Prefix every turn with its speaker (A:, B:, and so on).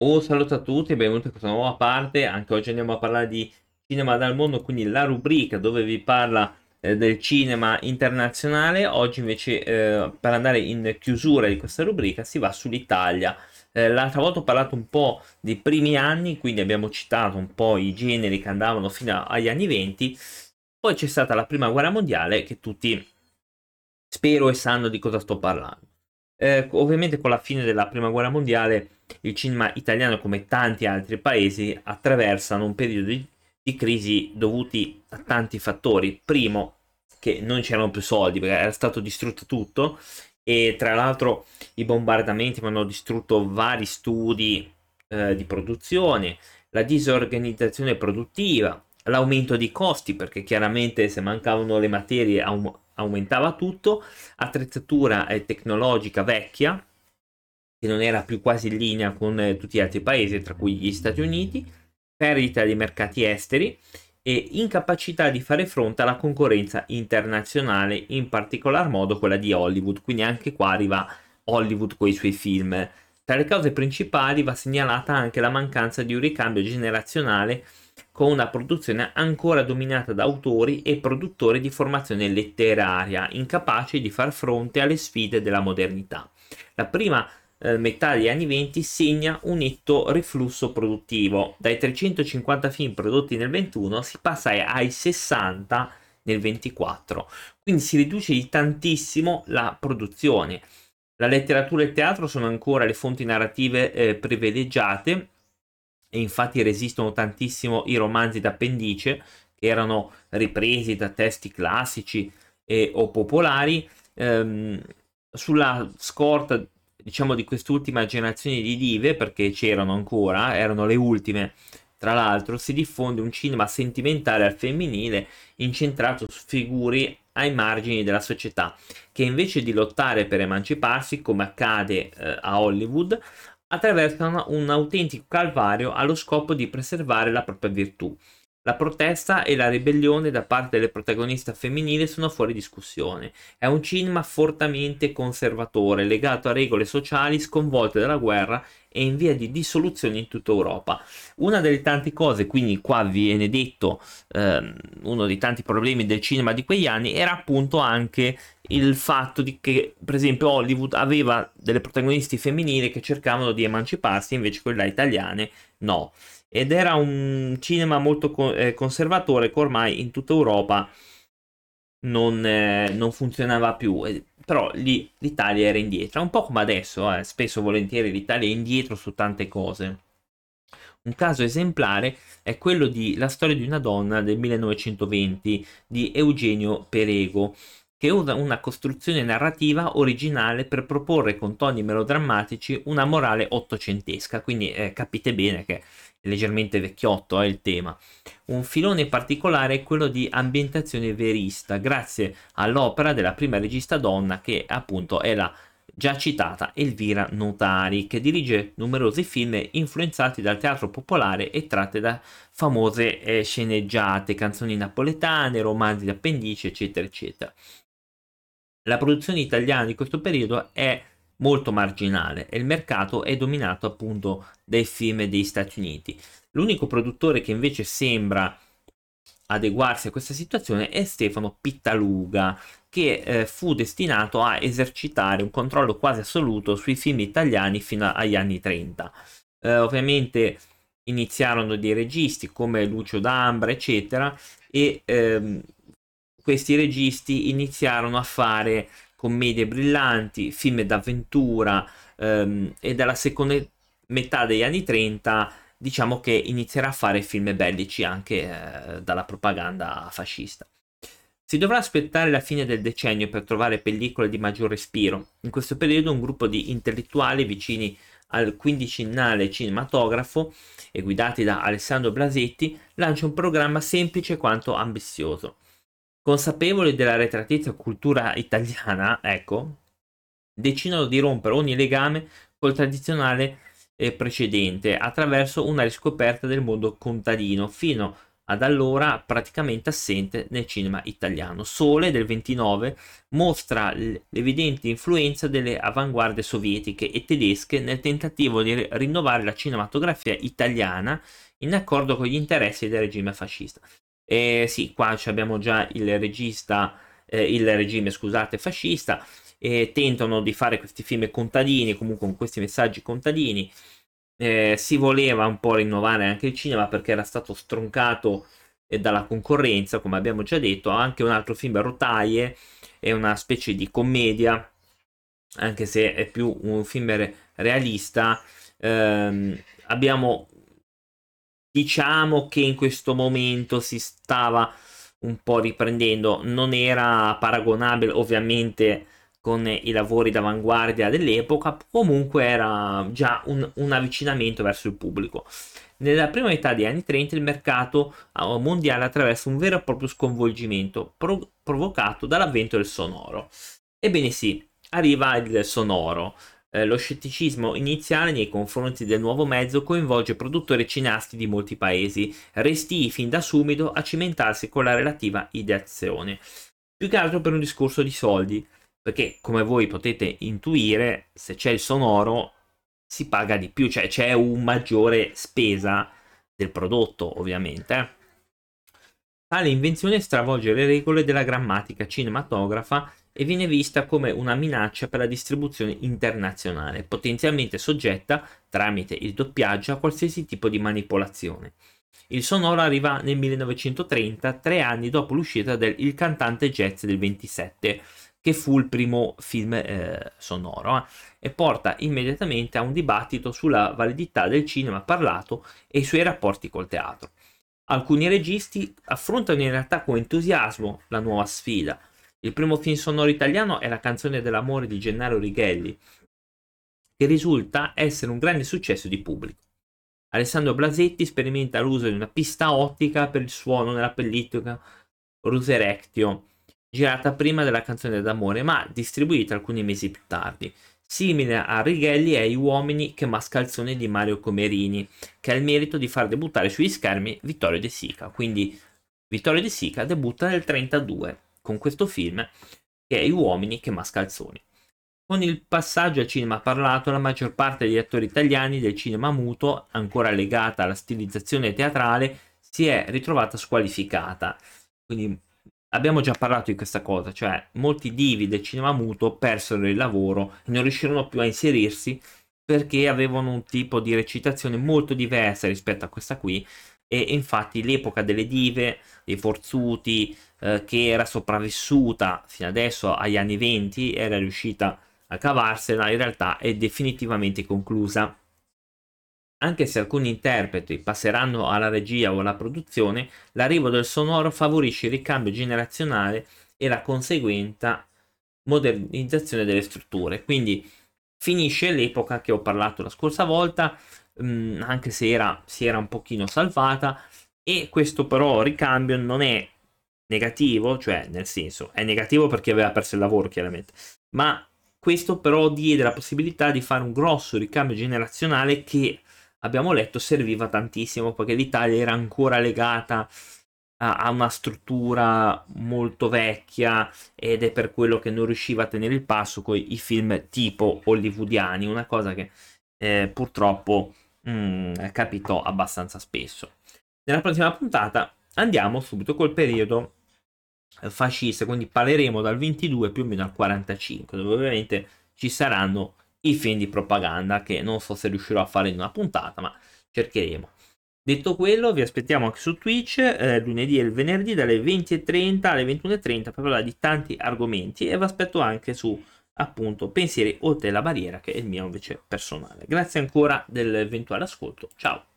A: Saluto a tutti e benvenuti a questa nuova parte. Anche oggi andiamo a parlare di cinema dal mondo, quindi la rubrica dove vi parla del cinema internazionale. Oggi invece, per andare in chiusura di questa rubrica, si va sull'Italia. L'altra volta ho parlato un po' dei primi anni, quindi abbiamo citato un po' i generi che andavano fino agli anni 20. Poi c'è stata la prima guerra mondiale, che tutti spero e sanno di cosa sto parlando. Ovviamente con la fine della prima guerra mondiale il cinema italiano, come tanti altri paesi, attraversano un periodo di crisi dovuti a tanti fattori. Primo, che non c'erano più soldi perché era stato distrutto tutto, e tra l'altro i bombardamenti hanno distrutto vari studi di produzione, la disorganizzazione produttiva, l'aumento dei costi perché chiaramente se mancavano le materie aumentava tutto, attrezzatura tecnologica vecchia che non era più quasi in linea con tutti gli altri paesi, tra cui gli Stati Uniti, perdita dei mercati esteri e incapacità di fare fronte alla concorrenza internazionale, in particolar modo quella di Hollywood. Quindi anche qua arriva Hollywood con i suoi film. Tra le cause principali va segnalata anche la mancanza di un ricambio generazionale con una produzione ancora dominata da autori e produttori di formazione letteraria, incapaci di far fronte alle sfide della modernità. La prima metà degli anni 20 segna un netto riflusso produttivo. Dai 350 film prodotti nel 21 si passa ai 60 nel 24, quindi si riduce di tantissimo la produzione. La letteratura e il teatro sono ancora le fonti narrative privilegiate e infatti resistono tantissimo i romanzi d'appendice che erano ripresi da testi classici o popolari, sulla scorta diciamo di quest'ultima generazione di dive, perché c'erano ancora, erano le ultime. Tra l'altro si diffonde un cinema sentimentale al femminile incentrato su figure ai margini della società, che invece di lottare per emanciparsi, come accade a Hollywood, attraversano un autentico calvario allo scopo di preservare la propria virtù. La protesta e la ribellione da parte delle protagoniste femminili sono fuori discussione. È un cinema fortemente conservatore, legato a regole sociali sconvolte dalla guerra e in via di dissoluzione in tutta Europa. Una delle tante cose, quindi qua viene detto, uno dei tanti problemi del cinema di quegli anni era appunto anche il fatto di che, per esempio, Hollywood aveva delle protagonisti femminili che cercavano di emanciparsi, invece quelle italiane no. Ed era un cinema molto conservatore che ormai in tutta Europa non funzionava più. Però lì l'Italia era indietro. È un po' come adesso, spesso e volentieri l'Italia è indietro su tante cose. Un caso esemplare è quello di La storia di una donna del 1920 di Eugenio Perego, che usa una costruzione narrativa originale per proporre con toni melodrammatici una morale ottocentesca, quindi capite bene che è leggermente vecchiotto il tema. Un filone particolare è quello di ambientazione verista, grazie all'opera della prima regista donna che appunto è la già citata Elvira Notari, che dirige numerosi film influenzati dal teatro popolare e tratte da famose sceneggiate, canzoni napoletane, romanzi d'appendice, eccetera, eccetera. La produzione italiana di questo periodo è molto marginale e il mercato è dominato appunto dai film degli Stati Uniti. L'unico produttore che invece sembra adeguarsi a questa situazione è Stefano Pittaluga, che fu destinato a esercitare un controllo quasi assoluto sui film italiani fino agli anni 30. Ovviamente iniziarono dei registi come Lucio D'Ambra, eccetera, e questi registi iniziarono a fare commedie brillanti, film d'avventura, e dalla seconda metà degli anni 30 diciamo che inizierà a fare film bellici anche dalla propaganda fascista. Si dovrà aspettare la fine del decennio per trovare pellicole di maggior respiro. In questo periodo un gruppo di intellettuali vicini al quindicennale cinematografo e guidati da Alessandro Blasetti lancia un programma semplice quanto ambizioso. Consapevoli della retratezza cultura italiana, ecco, decidono di rompere ogni legame col tradizionale precedente attraverso una riscoperta del mondo contadino fino ad allora praticamente assente nel cinema italiano. Sole del 29 mostra l'evidente influenza delle avanguardie sovietiche e tedesche nel tentativo di rinnovare la cinematografia italiana in accordo con gli interessi del regime fascista. E sì, qua abbiamo già il regista, il regime, scusate, fascista, e tentano di fare questi film contadini, comunque con questi messaggi contadini. Si voleva un po' rinnovare anche il cinema perché era stato stroncato dalla concorrenza, come abbiamo già detto. Anche un altro film, Rotaie, è una specie di commedia, anche se è più un film realista. Abbiamo, diciamo che in questo momento si stava un po' riprendendo, non era paragonabile ovviamente con i lavori d'avanguardia dell'epoca, comunque era già un avvicinamento verso il pubblico. Nella prima metà degli anni 30 il mercato mondiale attraversa un vero e proprio sconvolgimento provocato dall'avvento del sonoro. Ebbene sì, arriva il sonoro. Lo scetticismo iniziale nei confronti del nuovo mezzo coinvolge produttori e cineasti di molti paesi, restii fin da subito a cimentarsi con la relativa ideazione. Più che altro per un discorso di soldi, perché come voi potete intuire, se c'è il sonoro si paga di più, cioè c'è un maggiore spesa del prodotto, ovviamente. Tale invenzione stravolge le regole della grammatica cinematografa e viene vista come una minaccia per la distribuzione internazionale, potenzialmente soggetta, tramite il doppiaggio, a qualsiasi tipo di manipolazione. Il sonoro arriva nel 1930, 3 anni dopo l'uscita del Il cantante jazz del 27, che fu il primo film sonoro, e porta immediatamente a un dibattito sulla validità del cinema parlato e i suoi rapporti col teatro. Alcuni registi affrontano in realtà con entusiasmo la nuova sfida. Il primo film sonoro italiano è La canzone dell'amore di Gennaro Righelli, che risulta essere un grande successo di pubblico. Alessandro Blasetti sperimenta l'uso di una pista ottica per il suono nella pellicola Resurrectio, girata prima della canzone d'amore, ma distribuita alcuni mesi più tardi. Simile a Righelli è Gli uomini che mascalzone di Mario Comerini, che ha il merito di far debuttare sugli schermi Vittorio De Sica. Quindi Vittorio De Sica debutta nel 1932 con questo film, che è Gli uomini che mascalzoni. Con il passaggio al cinema parlato, la maggior parte degli attori italiani del cinema muto, ancora legata alla stilizzazione teatrale, si è ritrovata squalificata. Quindi abbiamo già parlato di questa cosa, cioè molti divi del cinema muto persero il lavoro e non riuscirono più a inserirsi perché avevano un tipo di recitazione molto diversa rispetto a questa qui, e infatti l'epoca delle dive, dei forzuti, che era sopravvissuta fino adesso agli anni 20, era riuscita a cavarsela, in realtà è definitivamente conclusa. Anche se alcuni interpreti passeranno alla regia o alla produzione, l'arrivo del sonoro favorisce il ricambio generazionale e la conseguente modernizzazione delle strutture. Quindi finisce l'epoca che ho parlato la scorsa volta, anche se si era un pochino salvata, e questo però ricambio non è negativo, cioè nel senso è negativo perché aveva perso il lavoro chiaramente, ma questo però diede la possibilità di fare un grosso ricambio generazionale che abbiamo letto serviva tantissimo, perché l'Italia era ancora legata a una struttura molto vecchia, ed è per quello che non riusciva a tenere il passo con i film tipo hollywoodiani, una cosa che purtroppo capitò abbastanza spesso. Nella prossima puntata andiamo subito col periodo fascista, quindi parleremo dal 22 più o meno al 45, dove ovviamente ci saranno i film di propaganda, che non so se riuscirò a fare in una puntata, ma cercheremo. Detto quello, vi aspettiamo anche su Twitch lunedì e il venerdì dalle 20:30 alle 21:30 per parlare di tanti argomenti, e vi aspetto anche su, appunto, Pensieri oltre la barriera, che è il mio invece personale. Grazie ancora dell'eventuale ascolto, ciao!